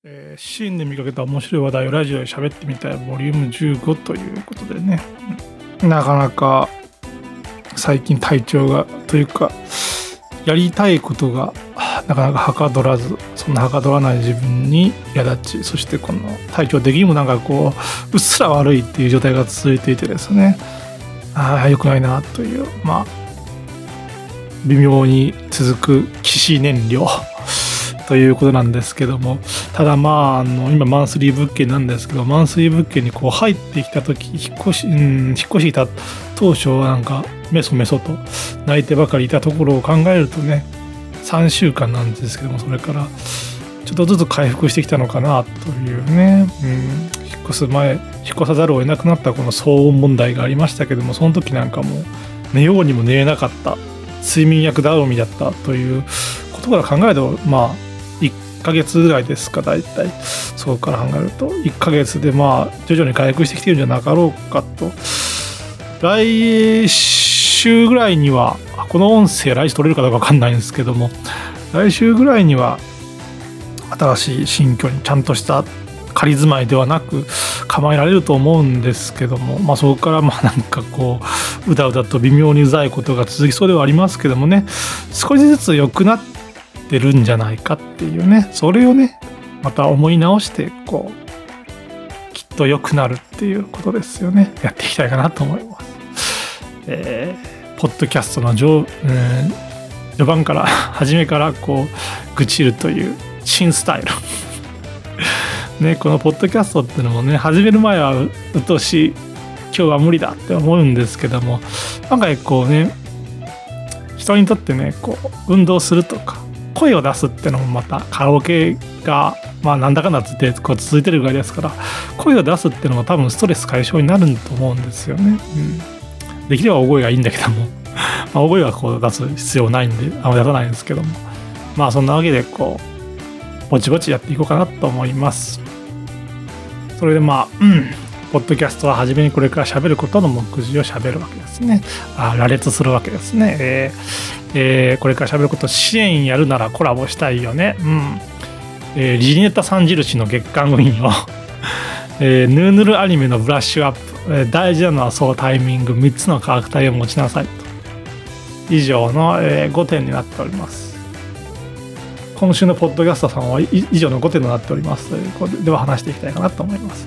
シーンで見かけた面白い話題をラジオで喋ってみたいボリューム15ということでね、なかなか最近体調がというかやりたいことがなかなかはかどらず、そんなはかどらない自分に苛立ち、そしてこの体調的にもなんかこううっすら悪いっていう状態が続いていてですね、良くないなという、微妙に続く起死燃料ということなんですけども、ただ今マンスリー物件なんですけど、マンスリー物件にこう入ってきた時、引っ越した当初はなんかメソメソと泣いてばかりいたところを考えるとね、3週間なんですけども、それからちょっとずつ回復してきたのかなというね、引っ越さざるを得なくなったこの騒音問題がありましたけども、その時なんかもう寝ようにも寝れなかった、睡眠薬頼みだったということから考えると、1ヶ月ぐらいですか、大体そこから考えると1ヶ月で徐々に回復してきてるんじゃなかろうかと。来週ぐらいには、この音声来週取れるかどうか分かんないんですけども、来週ぐらいには新しい新居にちゃんとした仮住まいではなく構えられると思うんですけども、そこからなんかこううだうだと微妙にうざいことが続きそうではありますけどもね、少しずつ良くなってるんじゃないかっていうね、それをねまた思い直してこうきっと良くなるっていうことですよね。やっていきたいかなと思います。ポッドキャストの序盤から初めからこう愚痴るという新スタイルね、このポッドキャストっていうのもね、始める前はうっとうしい、今日は無理だって思うんですけども、案外こうね、人にとってねこう運動するとか声を出すっていうのもまた、カラオケがなんだかんだつってこう続いてるぐらいですから、声を出すっていうのも多分ストレス解消になると思うんですよね。できれば大声がいいんだけども大声はこう出す必要ないんであんまり出さないんですけども、そんなわけでこうぼちぼちやっていこうかなと思います。それでポッドキャストは初めにこれから喋ることの目次を喋るわけですね。羅列するわけですね。これから喋ること、支援やるならコラボしたいよね。リジネタ3印の月間運用ヌーヌルアニメのブラッシュアップ、大事なのはそうタイミング、3つの価格帯を持ちなさいと、以上の、5点になっております。今週のポッドキャストさんは以上の5点となっておりますということでは話していきたいかなと思います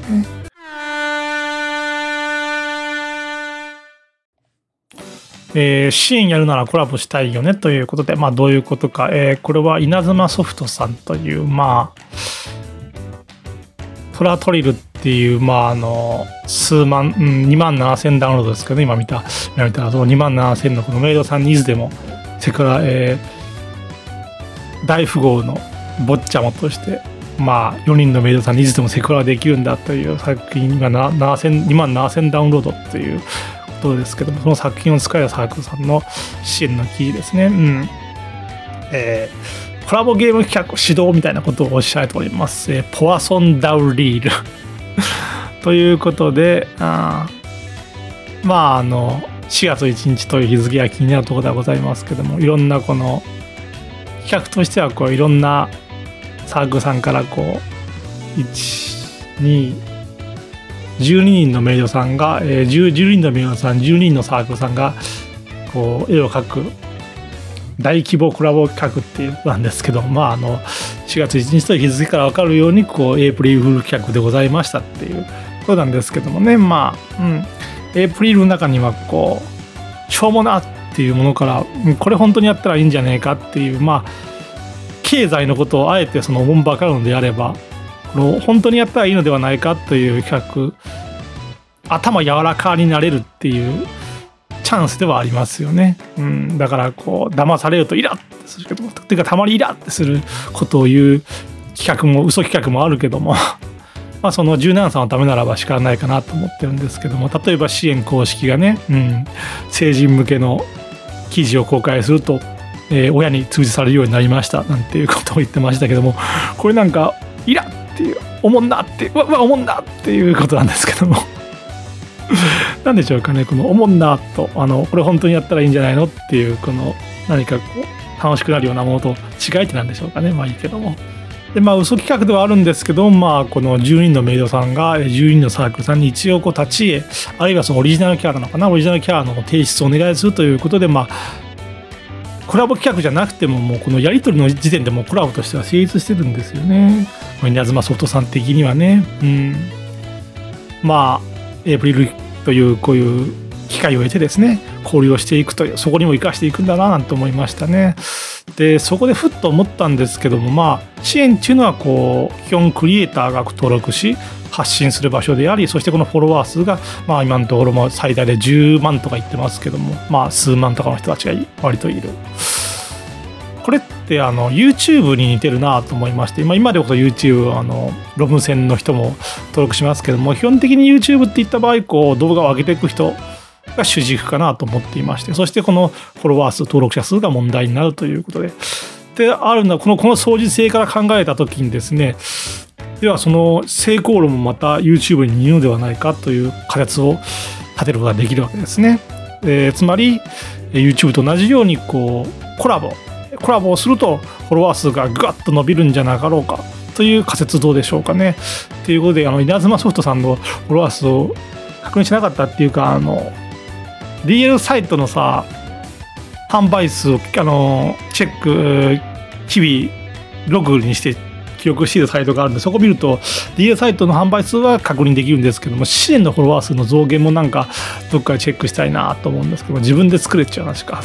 ね。支援やるならコラボしたいよねということで、どういうことか、これは稲妻ソフトさんというトラトリルっていう数万、2万7000ダウンロードですけど、今見たその2万7000のこのメイドさんにいつでもそれから、大富豪の坊ちゃまとして4人のメイドさんにいつでもセクハラできるんだという作品が2万7000ダウンロードということですけども、その作品を使えたサークルさんの支援の記事ですね。コラボゲーム企画指導みたいなことをおっしゃっております。ポアソンダウリールということで、4月1日という日付が気になるところではございますけども、いろんなこの企画としてはこういろんなサークルさんからこう12人のメイドさんが、12人のメイドさん12人のサークルさんがこう絵を描く大規模コラボ企画っていうなんですけど、4月1日という日付から分かるようにこうエイプリルフール企画でございましたっていうことなんですけどもね、エイプリルの中にはこうしょうもなっていうものから、これ本当にやったらいいんじゃねえかっていう、経済のことをあえてそのおもんばかるのであれば、この本当にやったらいいのではないかという企画、頭柔らかになれるっていうチャンスではありますよね。だからこう騙されるとイラッてするけども、てかたまにイラッてすることを言う企画も嘘企画もあるけどもその柔軟さのためならば仕方ないかなと思ってるんですけども、例えば支援公式がね、成人向けの記事を公開すると、親に通知されるようになりましたなんていうことを言ってましたけども、これなんかイラッっていうおもんなっておもんなっていうことなんですけどもなんでしょうかね、このおもんなとこれ本当にやったらいいんじゃないのっていうこの何かこう楽しくなるようなものと違いってなんでしょうかね。いいけども、 で嘘企画ではあるんですけど、この10人のメイドさんが10人のサークルさんに一応立ち絵、あるいはそのオリジナルキャラなのかな、オリジナルキャラの提出をお願いするということで、コラボ企画じゃなくても、もうこのやり取りの時点でもうコラボとしては成立してるんですよね。稲妻ソフトさん的にはね。エイプリルというこういう機会を得てですね、交流をしていくという、そこにも生かしていくんだななんて思いましたね。でそこでふっと思ったんですけども、支援っていうのは基本クリエイターが登録し発信する場所であり、そしてこのフォロワー数が今のところも最大で10万とか言ってますけども、数万とかの人たちが割といる。これってYouTube に似てるなと思いまして、今でこそ YouTube ロム線の人も登録しますけども、基本的に YouTube っていった場合動画を上げていく人が主軸かなと思っていまして、そしてこのフォロワー数登録者数が問題になるということであるのはこの相似性から考えた時にですね、ではその成功論もまた YouTube に似るのではないかという仮説を立てることができるわけですね。つまり YouTube と同じようにコラボをするとフォロワー数がぐわっと伸びるんじゃなかろうかという仮説どうでしょうかね。ということで稲妻ソフトさんのフォロワー数を確認しなかったっていうかDL サイトの販売数をチェック日々ログにして記録しているサイトがあるんで、そこを見ると DL サイトの販売数は確認できるんですけども、支援のフォロワー数の増減もどっかでチェックしたいなと思うんですけども、自分で作れちゃう話か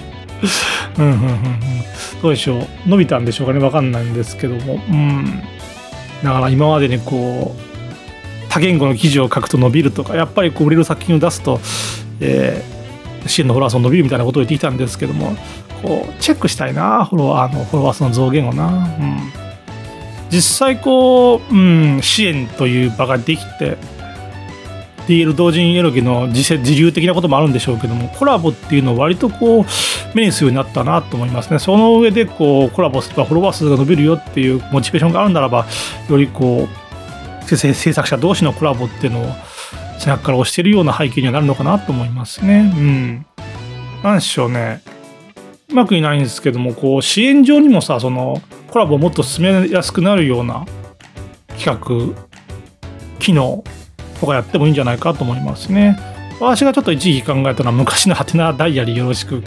どうでしょう、伸びたんでしょうかね、分かんないんですけども、だから今までに多言語の記事を書くと伸びるとか、やっぱり売れる作品を出すと支援のフォロワー数伸びるみたいなことを言ってきたんですけども、チェックしたいな、フォロワー数の増減をな。実際支援という場ができて DL 同人エロゲの自流的なこともあるんでしょうけども、コラボっていうのを割と目にするようになったなと思いますね。その上でコラボすればフォロワー数が伸びるよっていうモチベーションがあるならば、より制作者同士のコラボっていうのを背中から押しているような背景にはなるのかなと思いますね。なんでしょうね、うまくいないんですけども、支援上にもそのコラボをもっと進めやすくなるような企画機能とかやってもいいんじゃないかと思いますね。私がちょっと一時期考えたのは、昔のハテナダイアリーよろしく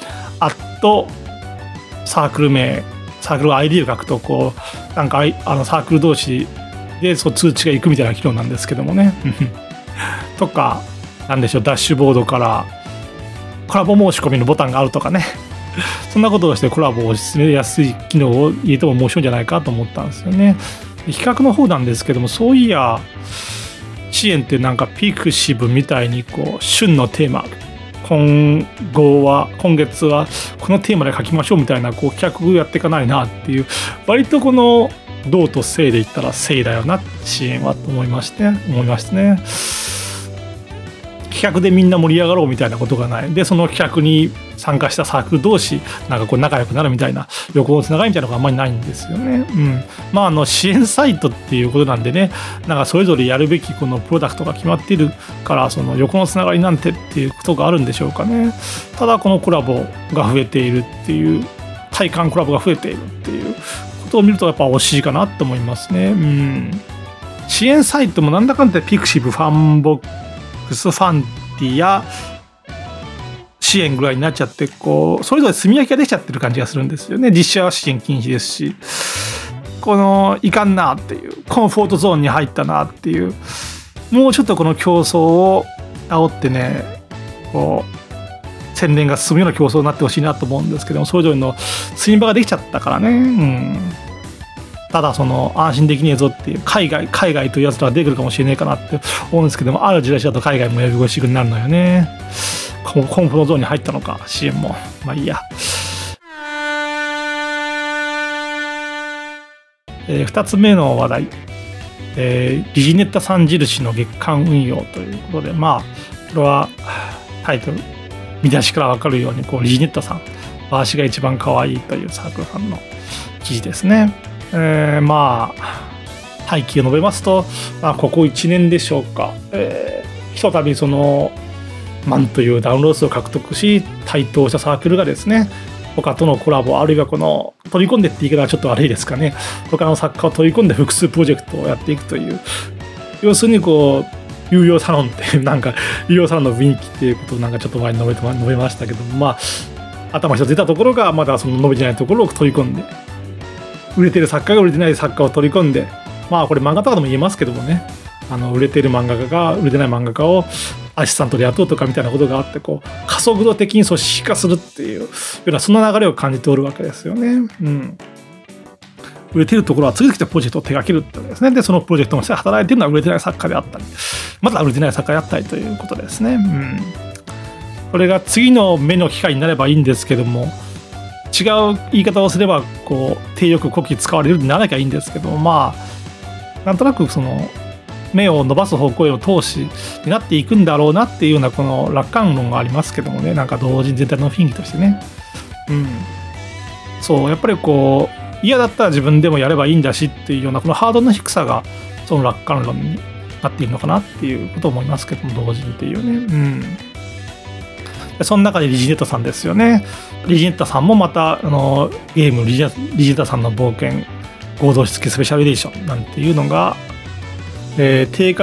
サークル名、サークル ID を書くとサークル同士で通知がいくみたいな機能なんですけどもねとか、なんでしょう、ダッシュボードからコラボ申し込みのボタンがあるとかねそんなことをしてコラボを進めやすい機能を入れても面白いんじゃないかと思ったんですよね。比較の方なんですけども、そういや支援ってピクシブみたいに旬のテーマ、今月はこのテーマで書きましょうみたいな企画をやっていかないなっていう、割と道と性で言ったら性だよな、支援はと思いましてね。企画でみんな盛り上がろうみたいなことがないで、その企画に参加したサークル同士仲良くなるみたいな、横のつながりみたいなのがあんまりないんですよね。支援サイトっていうことなんでね、それぞれやるべきプロダクトが決まっているから、その横のつながりなんてっていうことがあるんでしょうかね。ただこのコラボが増えているっていう、体感コラボが増えているっていうことを見るとやっぱ惜しいかなと思いますね。支援サイトもなんだかんだピクシブ、ファンボックス、ファンティや支援ぐらいになっちゃって、それぞれ炭焼きができちゃってる感じがするんですよね。実写は支援禁止ですし、いかんなっていう、コンフォートゾーンに入ったなっていう、もうちょっとこの競争を煽ってね、宣伝が進むような競争になってほしいなと思うんですけども、それぞれの炭場ができちゃったからね。ただ安心できねえぞっていう、海外というやつらが出てくるかもしれないかなって思うんですけども、ある時代だと海外もやり越しくなるのよね。コンフォートゾーンに入ったのか、支援も。いいや。2つ目の話題、ビジネッタさん印の月間運用ということで、これはタイトル見出しから分かるようにビジネッタさん、私が一番可愛いというサークルさんの記事ですね。背景を述べますと、ここ1年でしょうか、ひとたび万というダウンロード数を獲得し台頭したサークルがですね、 他とのコラボ、あるいはこの取り込んでって言い方はちょっと悪いですかね、他の作家を取り込んで複数プロジェクトをやっていくという、要するにこう有料サロンっていうなんか有料サロンの雰囲気っていうことをなんかちょっと前に述べましたけども、まあ頭一つ出たところがまだその伸びてないところを取り込んで、売れてる作家が売れてない作家を取り込んで、まあこれ漫画とかでも言えますけどもね、売れてる漫画家が売れてない漫画家をアシスタントで雇うとかみたいなことがあって、こう加速度的に組織化するっていうようなそんな流れを感じておるわけですよね。売れてるところは次々とプロジェクトを手掛けるってことですね。でそのプロジェクトの下で働いてるのは売れてない作家であったり、まだ売れてない作家であったりということですね。これが次の目の機会になればいいんですけども、違う言い方をすればこう低欲国旗使われるようにならなきゃいいんですけども、まあなんとなくその目を伸ばす方向への投資になっていくんだろうなっていうようなこの楽観論がありますけどもね、なんか同人全体の雰囲気としてね、そうやっぱりこう嫌だったら自分でもやればいいんだしっていうようなこのハードルの低さがその楽観論になっているのかなっていうことを思いますけども、同人っていうね。その中でリジネッタさんですよね。リジネッタさんもまたゲームリジネッタさんの冒険合同し付きスペシャルエディションなんていうのが、定価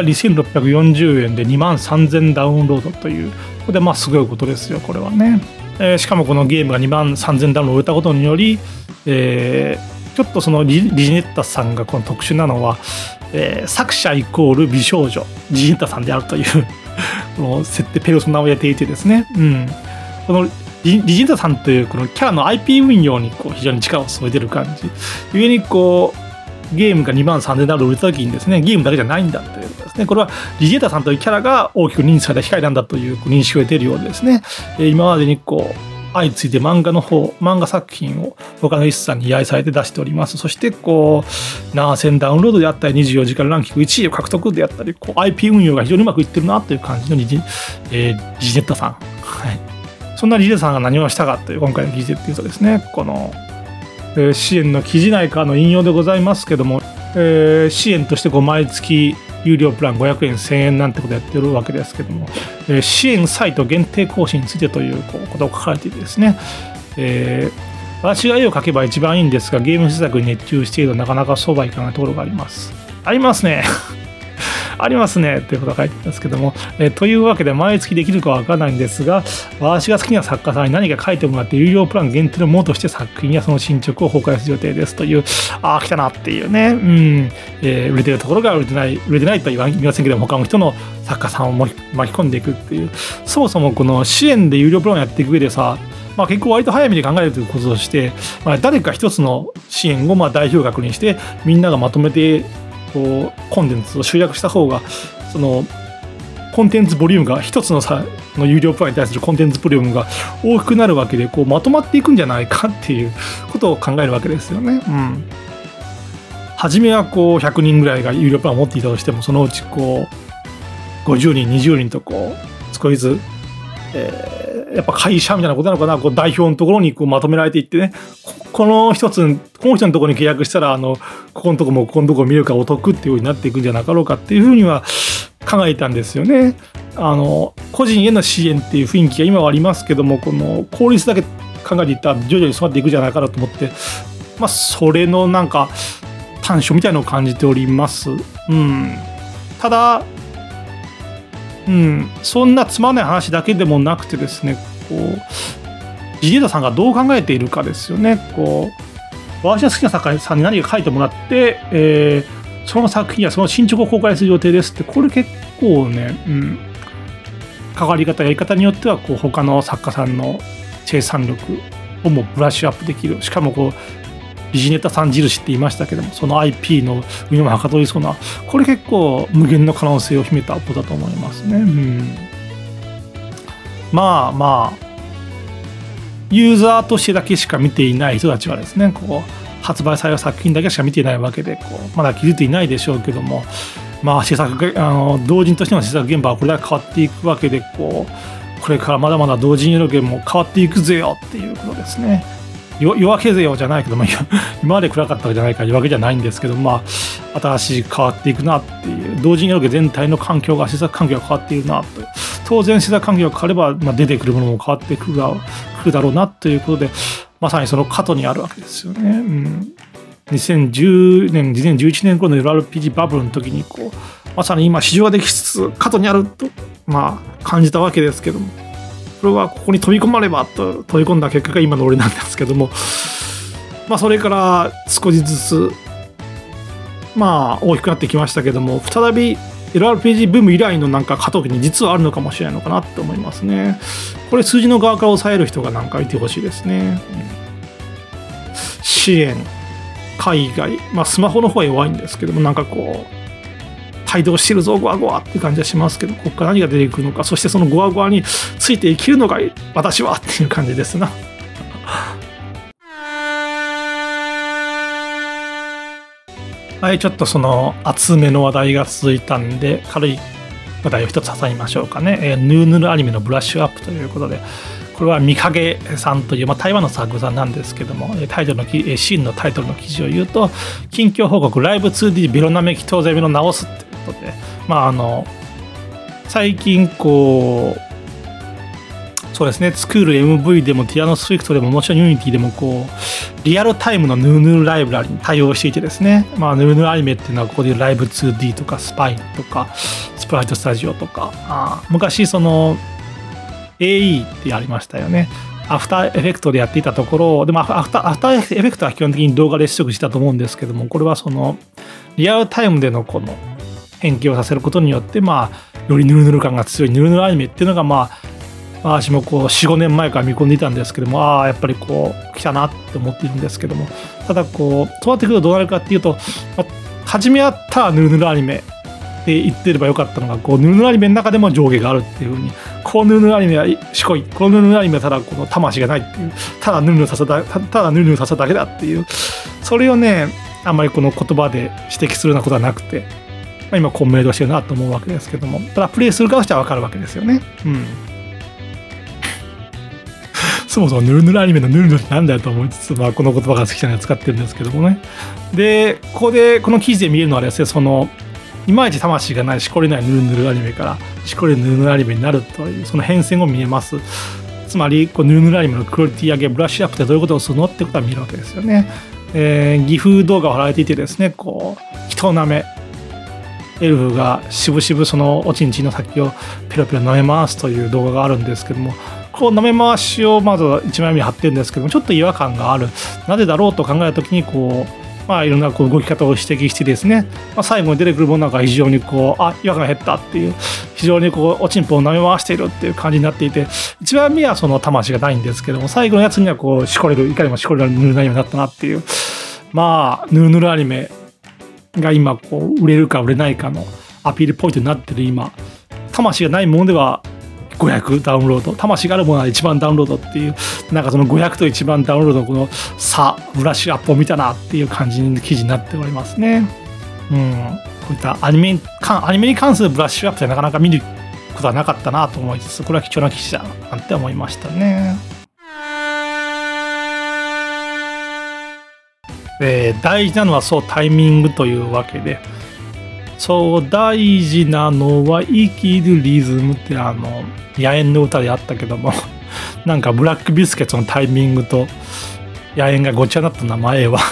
2640円で23,000ダウンロードという、ここでまあすごいことですよこれはね。しかもこのゲームが23,000ダウンロード売れたことにより、ちょっとそのリジネッタさんがこの特殊なのは、作者イコール美少女リジネッタさんであるというこの設定ペルソナをやっていてですね、このリジネッタさんというこのキャラの IP 運用にこう非常に力を注いでる感じ、故にこうゲームが23,000ダウンロード売れた時にですね、ゲームだけじゃないんだということですね。これはリジネッタさんというキャラが大きく認知された機会なんだという認識を得ているようでですね、今までにこう相次いで漫画作品を他の一さんに依頼されて出しております。そしてこう7000ダウンロードであったり24時間ランキング1位を獲得であったり、こう IP 運用が非常にうまくいってるなという感じのリジネッタさん、そんなリジネッタさんが何をしたかという今回の記事でいうとですね、この、支援の記事内からの引用でございますけども、支援としてこう毎月有料プラン500円1000円なんてことをやってるわけですけども、支援サイト限定更新についてということを書かれていてですね、私が絵を描けば一番いいんですが、ゲーム制作に熱中しているとなかなかそうはいかないところがありますねありますねということが書いてあるんですけども、というわけで毎月できるかわからないんですが、私が好きな作家さんに何か書いてもらって有料プラン限定のものとして作品やその進捗を公開する予定ですという、来たなっていうね、売れてるところが売れてないとは言いませんけども、他の人の作家さんを巻き込んでいくっていう、そもそもこの支援で有料プランをやっていく上でさ、結構割と早めに考えるということとして、誰か一つの支援を代表格にしてみんながまとめてこうコンテンツを集約した方が、そのコンテンツボリュームが一つのの有料プランに対するコンテンツボリュームが大きくなるわけで、こうまとまっていくんじゃないかっていうことを考えるわけですよね。初めはこう100人ぐらいが有料プランを持っていたとしても、そのうちこう50人20人とこう少しずつ、やっぱ会社みたいなことなのかな、こう代表のところにこうまとめられていってね、この人のところに契約したらここのとこもここのとこ見るからお得っていうようになっていくんじゃなかろうかっていうふうには考えたんですよね。個人への支援っていう雰囲気が今はありますけども、この効率だけ考えていったら徐々に育っていくんじゃないかなと思って、それのなんか短所みたいなのを感じております。ただそんなつまんない話だけでもなくてですね、こうリジネッタさんがどう考えているかですよね。こう私が好きな作家さんに何か書いてもらって、その作品やその進捗を公開する予定ですって、これ結構ね、関わり方やり方によってはこう他の作家さんの生産力をもブラッシュアップできる。しかもこうリジネッタさん印って言いましたけども、その IP の運用もはかどりそうな、これ結構無限の可能性を秘めたことだと思いますね。ユーザーとしてだけしか見ていない人たちはですね、こう発売される作品だけしか見ていないわけで、こうまだ気づいていないでしょうけども、制作同人としての制作現場はこれだけ変わっていくわけで、これからまだまだ同人エロゲームも変わっていくぜよっていうことですね。夜明けぜよじゃないけども、今まで暗かったわけじゃないから夜明けじゃないんですけど、新しい変わっていくなっていう、同人エロゲ全体の環境が、制作環境が変わっているなという、当然制作環境が変われば、出てくるものも変わってくるだろうなということで、 まさにその過にあるわけですよね。2010年2011年頃の LRPG バブルの時にこうまさに今市場ができつつ過にあると感じたわけですけども、これはここに飛び込まればと飛び込んだ結果が今の俺なんですけども、それから少しずつ大きくなってきましたけども、再び LRPG ブーム以来の過渡期に実はあるのかもしれないのかなって思いますね。これ数字の側から抑える人がいてほしいですね。支援海外、スマホの方は弱いんですけども、帯同してるぞゴワゴワって感じはしますけど、ここから何が出てくるのか、そしてそのゴワゴワについていけるのか私はっていう感じですな。はい、ちょっとその厚めの話題が続いたんで軽い話題を一つ挟みましょうかね。ヌーヌルアニメのブラッシュアップということで、これはミカゲさんという、台湾のサークルさんなんですけども、シーンのタイトルの記事を言うと、近況報告ライブ 2D ベロナメキトーゼミの直すっていうことで、最近そうですね、スクール MV でもティアノスウィフトでももちろんユニティでもリアルタイムのヌーヌルライブラリに対応していてですね、ヌーヌルアニメっていうのはここでライブ 2D とかスパインとかスプライトスタジオとか、昔その AE ってありましたよね。アフターエフェクトでやっていたところでも、アフターエフェクトは基本的に動画で出力したと思うんですけども、これはそのリアルタイムでのこの変形をさせることによって、よりヌルヌル感が強いヌルヌルアニメっていうのが私も4、5年前から見込んでいたんですけども、やっぱり来たなって思っているんですけども、ただそうなってくるとどうなるかっていうと、初めあったヌルヌルアニメって言ってればよかったのが、ヌルヌルアニメの中でも上下があるっていう風に、ヌルヌルアニメはしこい、ヌルヌルアニメはただ魂がないっていう、ただヌルヌルさせただけだっていう、それをね、あんまりこの言葉で指摘するようなことはなくて、今メイドしてるなと思うわけですけども、ただプレイする側としては分かるわけですよね。そもそもヌルヌルアニメのヌルヌルってなんだよと思いつつ、この言葉が好きなので使ってるんですけどもね。で、この記事で見えるのはですね、いまいち魂がないしこれないヌルヌルアニメからしこれヌルヌルアニメになるというその変遷を見えます。つまりヌルヌルアニメのクオリティ上げブラッシュアップってどういうことをするのってことは見えるわけですよね。技風動画を貼られていてですね、人なめエルフがしぶしぶそのおちんちんの先をペロペロ舐め回すという動画があるんですけども、舐め回しをまず一枚目に貼ってるんですけども、ちょっと違和感がある。なぜだろうと考えたときにいろんな動き方を指摘してですね、最後に出てくるものが非常に違和感が減ったっていう、非常におちんぽを舐め回しているっていう感じになっていて、一番目はその魂がないんですけども、最後のやつにはしこれる、いかにもしこれるヌルヌルアニメになったなっていう、ヌルヌルアニメが今売れるか売れないかのアピールポイントになってる今、魂がないものでは500ダウンロード、魂があるものは一番ダウンロードっていう、その500と一番ダウンロードのこの差、ブラッシュアップを見たなっていう感じの記事になっておりますね。こういったアニメに関するブラッシュアップってなかなか見ることはなかったなと思いつつ、これは貴重な記事だなって思いましたね。大事なのはタイミングというわけで、大事なのは生きるリズムって野猿の歌であったけどもブラックビスケットのタイミングと野猿がごちゃになった名前は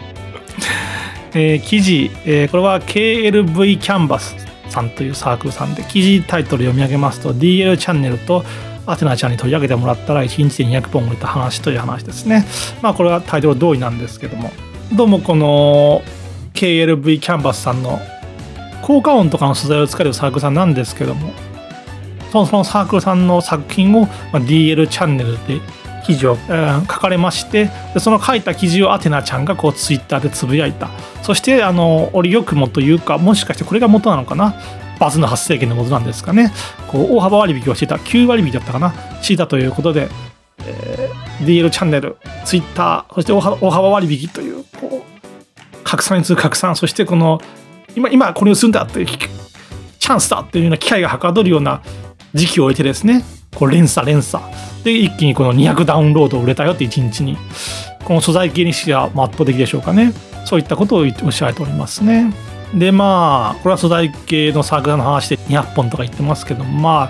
記事、これは KLV キャンバスさんというサークルさんで、記事タイトル読み上げますと DL チャンネルとアテナちゃんに取り上げてもらったら1日で200本売れた話という話ですね。これはタイトル通りなんですけども、どうもこの KLV キャンバスさんの効果音とかの素材を使えるサークルさんなんですけども、そのサークルさんの作品を DL チャンネルで記事を書かれまして、でその書いた記事をアテナちゃんがツイッターでつぶやいた。そして折よくもというか、もしかしてこれが元なのかな、バズの発生源の元なんですかね、大幅割引をしていた、9割引だったかな、していたということで、DL チャンネル、ツイッター、そして大幅割引という拡散に次ぐ拡散、そして今これをするんだっていうチャンスだっていうような機会がはかどるような時期を置いてですね、連鎖で一気に200ダウンロード売れたよって1日に、この素材系にしては圧倒的でしょうかね。そういったことをおっしゃられておりますね。でこれは素材系のサークルの話で200本とか言ってますけども、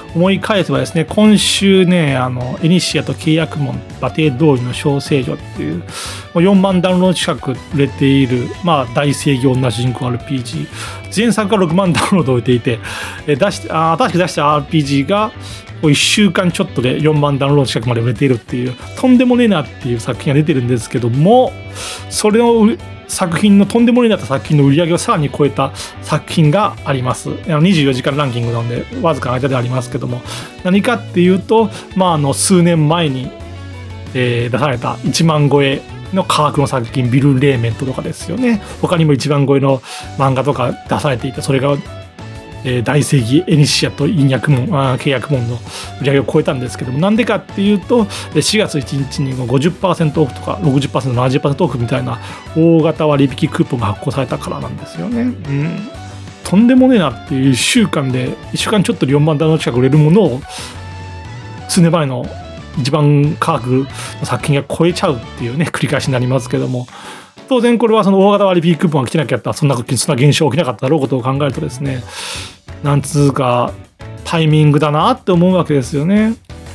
思い返せばですね、今週ね、エニシアと契約門馬蹄通りの小聖女っていう、4万ダウンロード近く売れている、まあ、大正義女主人公 RPG。前作が6万ダウンロードを売れていて、新しく出した RPG が、1週間ちょっとで4万ダウンロード近くまで売れているっていう、とんでもねえなっていう作品が出てるんですけども、それの作品のとんでもねえなった作品の売り上げをさらに超えた作品があります。24時間ランキングなのでわずかな間でありますけども、何かっていうと、まあ、数年前に、出された1万超えの科学の作品ビル・レーメントとかですよね。他にも1万超えの漫画とか出されていて、それが大正義エニシアと契約門の売り上げを超えたんですけども、なんでかっていうと4月1日に 50% オフとか 60%、70% オフみたいな大型割引クーポンが発行されたからなんですよね。とんでもねえなっていう1週間ちょっとで4万ダウンロード近く売れるものを数年前の一番科学の作品が超えちゃうっていうね、繰り返しになりますけども、当然これはその大型割引クーポンが来てなきゃったらそんな現象起きなかっただろうことを考えるとですね、なんつうかタイミングだなって思うわけですよね。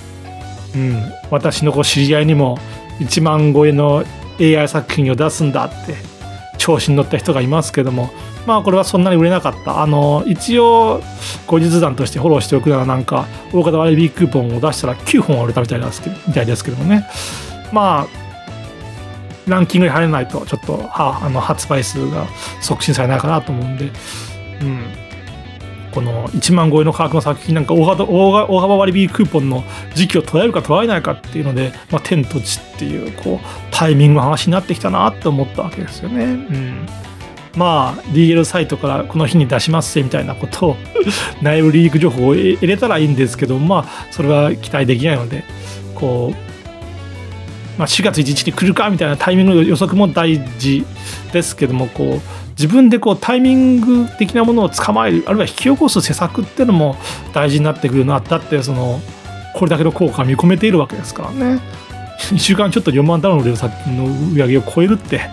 私の知り合いにも1万超えの AI 作品を出すんだって調子に乗った人がいますけども、まあこれはそんなに売れなかった。一応後日談としてフォローしておくなら、なんか大型割引クーポンを出したら9本は売れたみたいですけどもね。まあランキングに入らないとちょっと発売数が促進されないかなと思うんで、この1万超えの価格の作品なんか大幅割引クーポンの時期を捉えるか捉えないかっていうので、天と地っていうタイミングの話になってきたなって思ったわけですよね。まあ DL サイトからこの日に出しますみたいなことを内部リーク情報を入れたらいいんですけど、まあそれは期待できないので、4月1日に来るかみたいなタイミングの予測も大事ですけども、自分でタイミング的なものを捕まえる、あるいは引き起こす施策っていうのも大事になってくるな。だってこれだけの効果が見込めているわけですからね。1週間ちょっと4万ダウンロード作品の売り上げを超えるって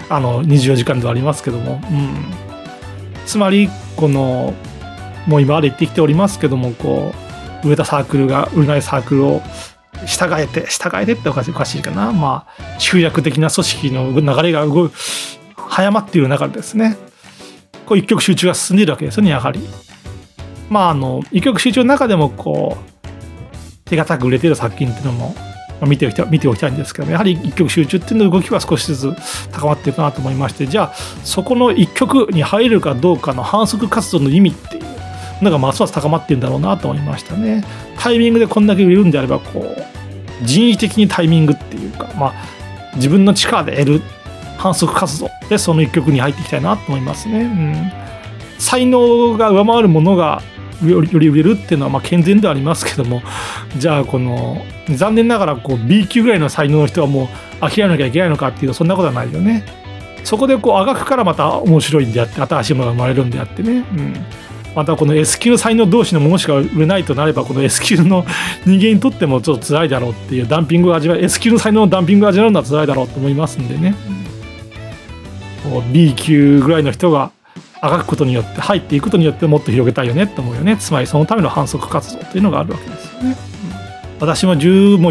24時間ではありますけども、つまりもう今まで言ってきておりますけども、売れたサークルが売れないサークルを従えてっておかしいかな。まあ集約的な組織の流れが早まっている中でですね、一極集中が進んでいるわけですよね。やはり一極集中の中でも手堅く売れている作品っていうのも見ておきたいんですけども、やはり一極集中っていうの動きは少しずつ高まっているかなと思いまして、じゃあそこの一極に入れるかどうかの反則活動の意味っていうのがますます高まっているんだろうなと思いましたね。タイミングでこんだけ売れるんであれば人為的にタイミングっていうか、自分の力で得る反則活動でその一曲に入っていきたいなと思いますね。才能が上回るものがより売れるっていうのは健全ではありますけども、じゃあ残念ながらB 級ぐらいの才能の人はもう諦めなきゃいけないのかっていうと、そんなことはないよね。そこであがくからまた面白いんであって、新しいものが生まれるんであってね。またS 級の才能同士のものしか売れないとなれば、S 級の人間にとってもちょっと辛いだろうっていうダンピングを味わう、S 級の才能のダンピングを味わうのは辛いだろうと思いますんでね。B 級ぐらいの人があがくことによって、入っていくことによってもっと広げたいよねって思うよね。つまりそのための反則活動というのがあるわけですよね。私も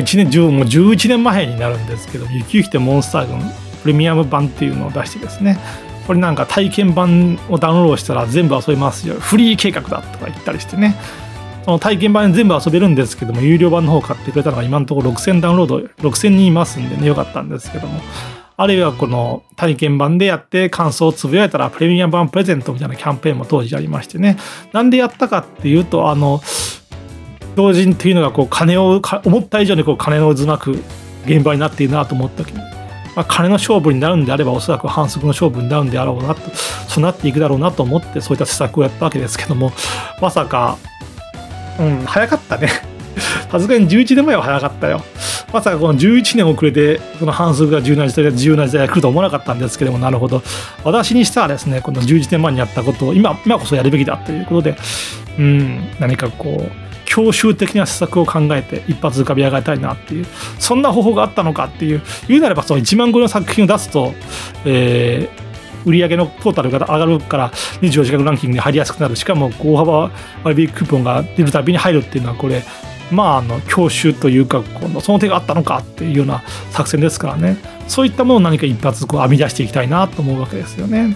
11年前になるんですけど、雪雪とモンスター軍プレミアム版っていうのを出してですね、これなんか体験版をダウンロードしたら全部遊べますよ、フリー計画だとか言ったりしてね、その体験版で全部遊べるんですけども、有料版の方買ってくれたのが今のところ6000ダウンロード、6000人いますんでね、よかったんですけども、あるいはこの体験版でやって感想をつぶやいたらプレミアム版プレゼントみたいなキャンペーンも当時ありましてね。なんでやったかっていうと、同人っていうのが思った以上に金の渦巻く現場になっているなと思った時に、金の勝負になるんであればおそらく反則の勝負になるんであろうなと、そうなっていくだろうなと思って、そういった施策をやったわけですけども、まさか早かったね。さすがに11年前は早かったよ。まさかこの11年遅れてこの反則が重要な時代が来ると思わなかったんですけども、なるほど、私にしてはですね、この11年前にやったことを今こそやるべきだということで、何か教習的な施策を考えて一発浮かび上がりたいなっていう、そんな方法があったのかっていう、言うなればその1万超えの作品を出すと、 売上のトータルが上がるから24時間ランキングに入りやすくなる。しかも大幅割引クーポンが出るたびに入るっていうのはこれ強襲というかその手があったのかっていうような作戦ですからね。そういったものを何か一発編み出していきたいなと思うわけですよね。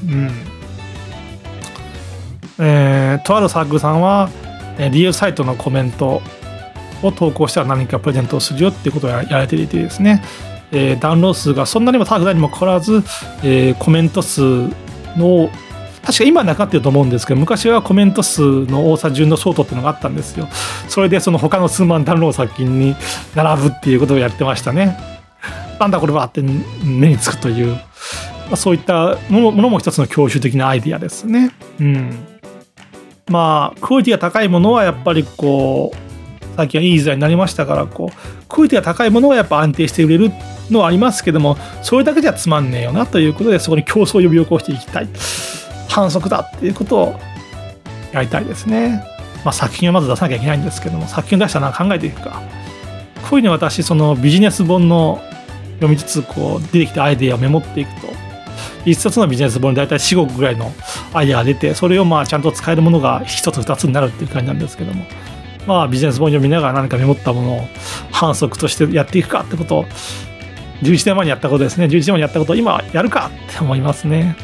とあるサークルさんはリエルサイトのコメントを投稿したら何かプレゼントをするよっていうことをやられていてですね、ダウンロード数がそんなにも高くないにもかかわらず、コメント数の確か今はなくなってると思うんですけど、昔はコメント数の多さ順のショートっていうのがあったんですよ。それでその他の数万ダウンロード作品に並ぶっていうことをやってましたね。なんだこれはって目につくという、そういったものも一つの教習的なアイディアですね。クオリティが高いものはやっぱり最近はいい時代になりましたからクオリティが高いものはやっぱ安定して売れるのはありますけども、それだけじゃつまんねえよなということで、そこに競争を呼び起こしていきたい、反則だっていうことをやりたいですね。作品をまず出さなきゃいけないんですけども、作品を出したら考えていくか。こういうの私そのビジネス本の読みつつ出てきたアイデアをメモっていくと、一冊のビジネス本に大体4、5ぐらいのアイデアが出て、それをちゃんと使えるものが1つ2つになるっていう感じなんですけども、ビジネス本読みながら何かメモったものを反則としてやっていくかってことを11年前にやったことですね。11年前にやったことを今やるかって思いますね。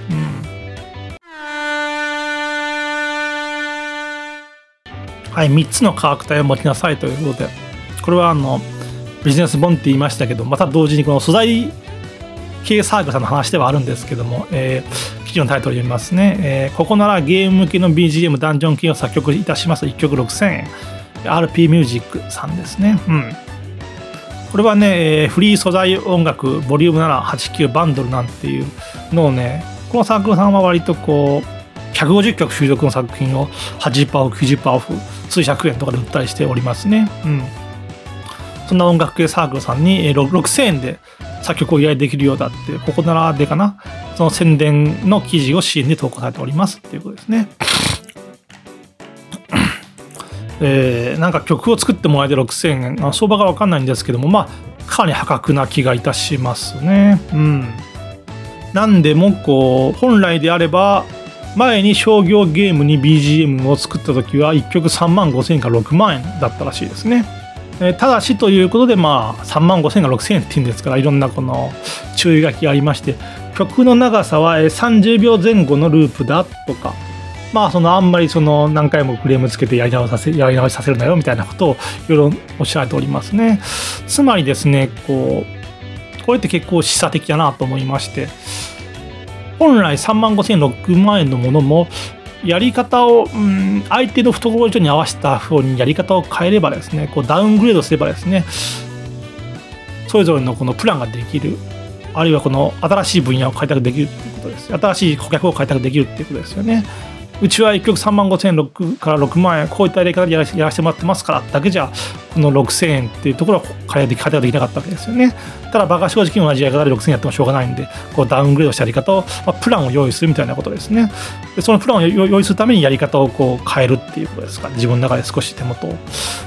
はい、3つの価格帯を持ちなさいということで、これはビジネス本って言いましたけど、また同時にこの素材系サークルさんの話ではあるんですけども、記事のタイトル読みますね。ここならゲーム向けの BGM ダンジョン系を作曲いたします1曲6000円 RP ミュージックさんですね。これはね、フリー素材音楽ボリューム789バンドルなんていうのをね、このサークルさんは割と150曲収録の作品を 80% オフ 90% オフ数百円とかで売ったりしておりますね。そんな音楽系サークルさんに6000円で作曲を依頼できるようだって、ここならでかな、その宣伝の記事を支援で投稿されておりますっていうことですね。なんか曲を作ってもらえて6000円、相場が分かんないんですけども、かなり破格な気がいたしますね。なんでも本来であれば前に商業ゲームに BGM を作った時は1曲3万5千円から6万円だったらしいですね。ただしということで3万5千円から6千円っていうんですから、いろんな注意書きがありまして、曲の長さは30秒前後のループだとか、あんまり何回もクレームつけてやり直しさせるなよみたいなことをいろいろおっしゃられておりますね。つまりですね、これって結構示唆的だなと思いまして、本来3万5千円6万円のものもやり方を相手の懐事情に合わせた風にやり方を変えればですね、ダウングレードすればですね、それぞれのプランができる、あるいは新しい分野を開拓できるということです。新しい顧客を開拓できるということですよね。うちは1曲3万5千円から6万円、こういったやり方でやらせてもらってますからだけじゃ、この6000円っていうところは開拓できなかったわけですよね。ただ、馬鹿正直同じやり方で6000円やってもしょうがないんで、ダウングレードしたやり方を、プランを用意するみたいなことですね。でそのプランを用意するためにやり方を変えるっていうことですから、自分の中で少し手元を。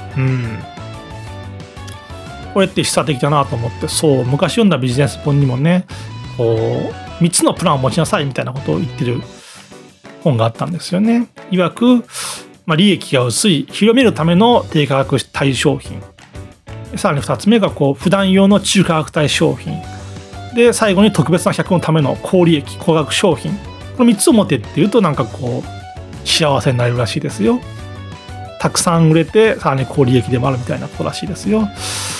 これって示唆的だなと思って、昔読んだビジネス本にもね、3つのプランを持ちなさいみたいなことを言ってる本があったんですよね。いわく、利益が薄い広めるための低価格帯商品、さらに2つ目が普段用の中価格帯商品で、最後に特別な客のための高利益高額商品、この3つを持ってっていうと幸せになれるらしいですよ。たくさん売れてさらに高利益でもあるみたいなことらしいですよ。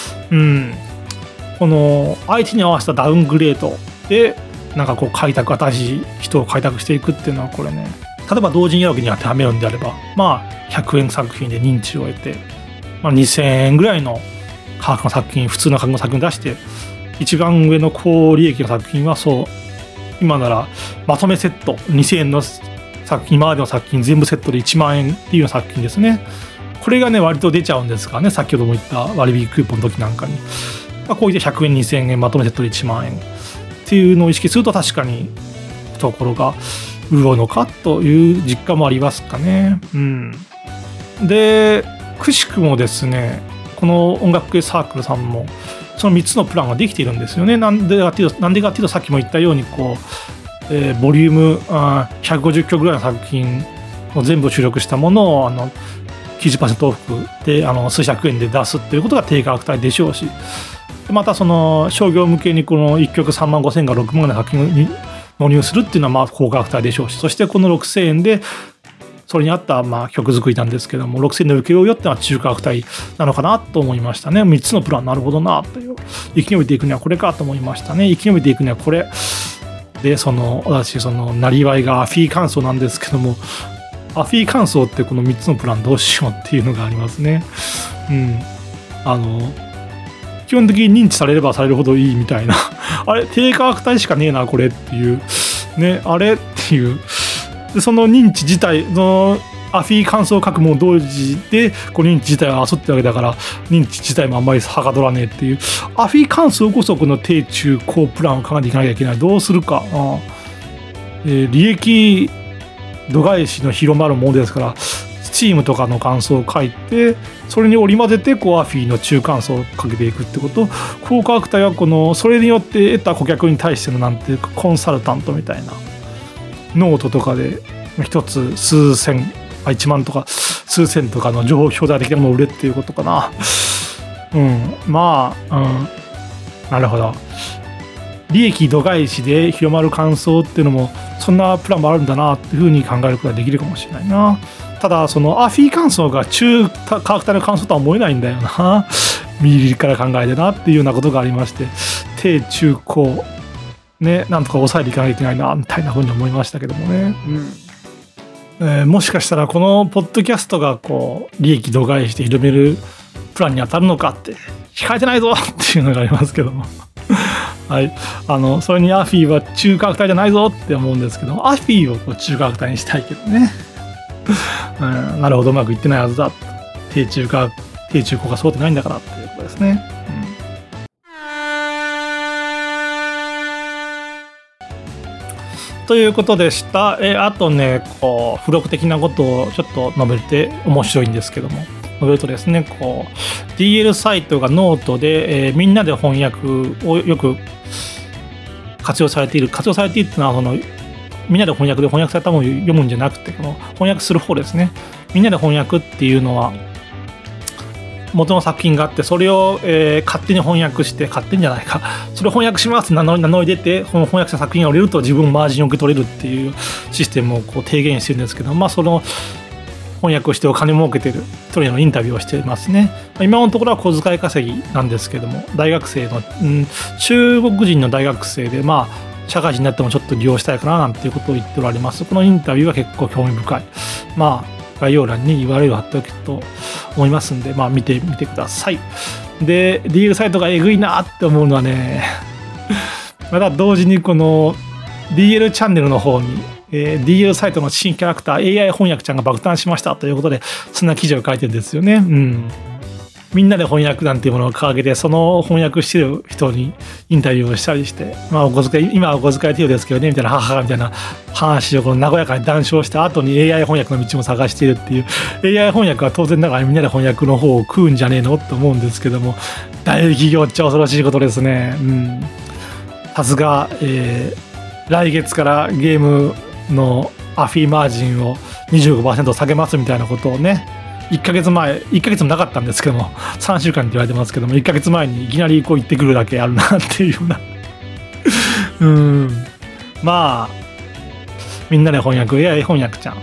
この相手に合わせたダウングレードで開拓、新しい人を開拓していくっていうのは、これね、例えば同人やろうに当てはめるんであれば、100円作品で認知を得て、2000円ぐらいの価格の作品、普通の価格の作品を出して、一番上の高利益の作品は今ならまとめセット2000円の作品、今までの作品全部セットで1万円っていうような作品ですね。これがね割と出ちゃうんですからね、先ほども言った割引クーポンの時なんかに、こういった100円2000円まとめセットで1万円っていうのを意識すると、確かに懐が潤うのかという実感もありますかね。でくしくもですね、この音楽系サークルさんもその3つのプランができているんですよね。なんでかっていうとさっきも言ったようにボリューム150曲ぐらいの作品を全部収録したものを90% オフで数百円で出すっていうことが低価格帯でしょうし、またその商業向けにこの1曲3万5千円から6万円の作品に納入するっていうのはまあ高価格帯でしょうし、そしてこの6000円でそれに合ったまあ曲作りなんですけども、6000円で請け負うよっていうのは中価格帯なのかなと思いましたね。3つのプラン、なるほどなという、生き延びていくにはこれかと思いましたね。生き延びていくにはこれで、私なりわいがアフィー乾燥なんですけども、アフィー乾燥ってこの3つのプランどうしようっていうのがありますね。基本的に認知されればされるほどいいみたいなあれ低価格帯しかねえなこれっていうね、あれっていう、でその認知自体のアフィー乾燥書くも同時でこの認知自体は焦ってるわけだから、認知自体もあんまりはかどらねえっていう、アフィー乾燥こそこの低中高プランを考えていかなきゃいけない。どうするか、利益度外視の広まるものですから、チームとかの感想を書いて、それに織り交ぜてこうアフィーの中間層をかけていくってこと。高価格帯はこのそれによって得た顧客に対してのなんていうかコンサルタントみたいな、ノートとかで一つ数千1万とか数千とかの情報表題的なものを売れっていうことかな。なるほど。利益度外視で広まる感想っていうのもそんなプランもあるんだなっていうふうに考えることができるかもしれないな。ただそのアフィー感想が中価格帯の感想とは思えないんだよな右から考えてなっていうようなことがありまして、低中高ね、なんとか抑えていかなきゃいけないなみたいなふうに思いましたけどもね。もしかしたらこのポッドキャストがこう利益度外視で広めるプランに当たるのかって控えてないぞっていうのがありますけどもはい、それにアフィーは中価格帯じゃないぞって思うんですけど、アフィーをこう中価格帯にしたいけどねなるほど、うまくいってないはずだ、低中高がそうってないんだからっていうことですね。ということでした。あとね、こう付録的なことをちょっと述べて面白いんですけども、述べるとですね、こう DL サイトがノートで、みんなで翻訳をよく活用されているっていうのはみんなで翻訳されたものを読むんじゃなくて、この翻訳する方ですね。みんなで翻訳っていうのは元の作品があって、それを、勝手に翻訳して、勝手にじゃないか、それを翻訳しますって名乗り出て、この翻訳した作品が売れると自分もマージンを受け取れるっていうシステムをこう提言してるんですけど、その翻訳をしてお金儲けてる一人のインタビューをしていますね。今のところは小遣い稼ぎなんですけども、大学生の、中国人の大学生で、社会人になってもちょっと利用したいかななんていうことを言っておられます。このインタビューは結構興味深い。概要欄に URL を貼っておくと思いますんで、見てみてください。で、DL サイトがえぐいなって思うのはね、また同時にこの DL チャンネルの方に、DL サイトの新キャラクター AI 翻訳ちゃんが爆誕しましたということで、そんな記事を書いてるんですよね。みんなで翻訳なんていうものを掲げて、その翻訳してる人にインタビューをしたりして、今はお小遣い程度ですけどねみたいな、母みたいな話をこの和やかに談笑した後に AI 翻訳の道も探しているっていう、 AI 翻訳は当然ながらみんなで翻訳の方を食うんじゃねえのと思うんですけども、大企業っちゃ恐ろしいことですね。さすが、来月からゲームのアフィーマージンを 25% 下げますみたいなことをね、1ヶ月もなかったんですけども、3週間って言われてますけども、1ヶ月前にいきなりこう言ってくるだけあるなっていうようなみんなで翻訳 AI 翻訳ちゃん、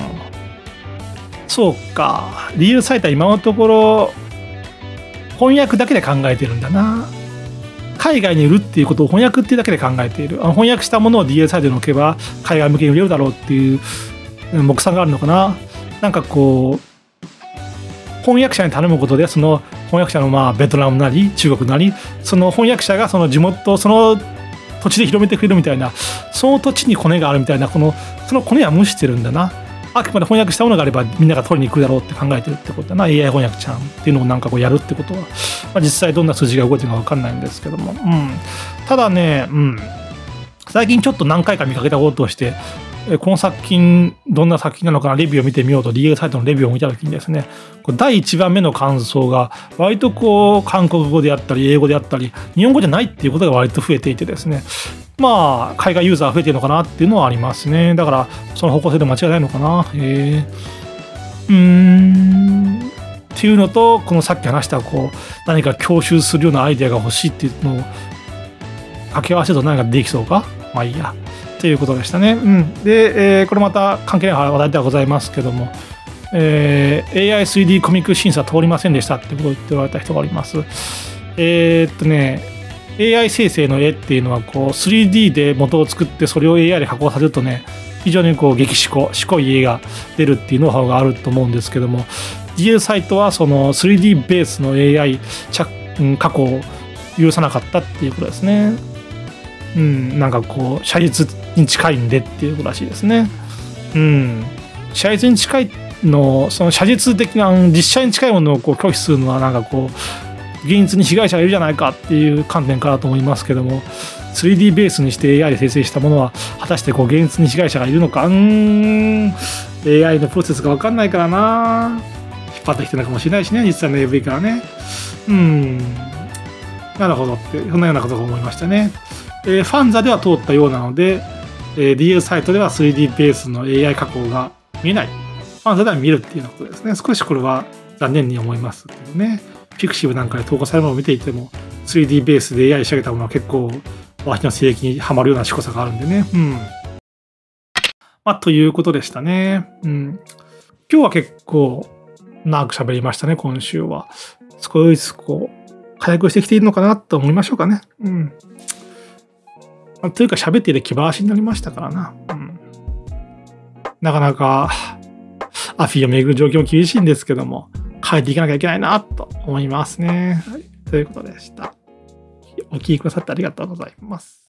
そうか、理由サイトは今のところ翻訳だけで考えてるんだな。海外に売るっていうことを翻訳っていうだけで考えている。翻訳したものを DL サイトに置けば海外向けに売れるだろうっていう目算があるのかな。なんかこう翻訳者に頼むことで、その翻訳者のベトナムなり中国なり、その翻訳者がその地元、その土地で広めてくれるみたいな、その土地にコネがあるみたいな、そのコネは無視してるんだな。あくまで翻訳したものがあればみんなが取りに来るだろうって考えてるってことだな。 AI 翻訳ちゃんっていうのをなんかこうやるってことは、実際どんな数字が動いてるのか分かんないんですけども、ただね、最近ちょっと何回か見かけたこととして、 この作品どんな作品なのかなレビューを見てみようと DL サイトのレビューを見た時にですね、第1番目の感想が割とこう韓国語であったり英語であったり日本語じゃないっていうことが割と増えていてですね、まあ海外ユーザー増えてるのかなっていうのはありますね。だからその方向性で間違いないのかな。っていうのと、このさっき話したこう何か教習するようなアイデアが欲しいっていうのを掛け合わせると何かできそうか、まあいいやということでしたね。で、これまた関係ない話題ではございますけども、AI3D コミック審査通りませんでしたってことを言っておられた人がおります。AI 生成の絵っていうのはこう 3D で元を作ってそれを AI で加工させるとね、非常にこうしこい絵が出るっていうノウハウがあると思うんですけども、 DL サイトはその 3D ベースの AI 加工を許さなかったっていうことですね。なんかこう写実に近いんでっていうことらしいですね。写実に近いの、その写実的な実写に近いものをこう拒否するのはなんかこう現実に被害者がいるじゃないかっていう観点からと思いますけども、 3D ベースにして AI で生成したものは果たしてこう現実に被害者がいるのか、AI のプロセスが分かんないからな、引っ張ってきてるのかもしれないしね、実際の AV からね。なるほどって、そんなようなことを思いましたね。ファンザでは通ったようなので、DL サイトでは 3D ベースの AI 加工が見えない、ファンザでは見るっていうようなことですね。少しこれは残念に思いますけどね。ピクシブなんかで投稿されるものを見ていても 3D ベースで AI に仕上げたものは結構私の性域にはまるようなしこさがあるんでね。ということでしたね。今日は結構長く喋りましたね。今週は少しずつこう回復してきているのかなと思いましょうかね。というか喋っていて気晴らしになりましたからな。なかなかアフィを巡る状況も厳しいんですけども、変えていかなきゃいけないなと思いますね。ということでした。お聞きくださってありがとうございます。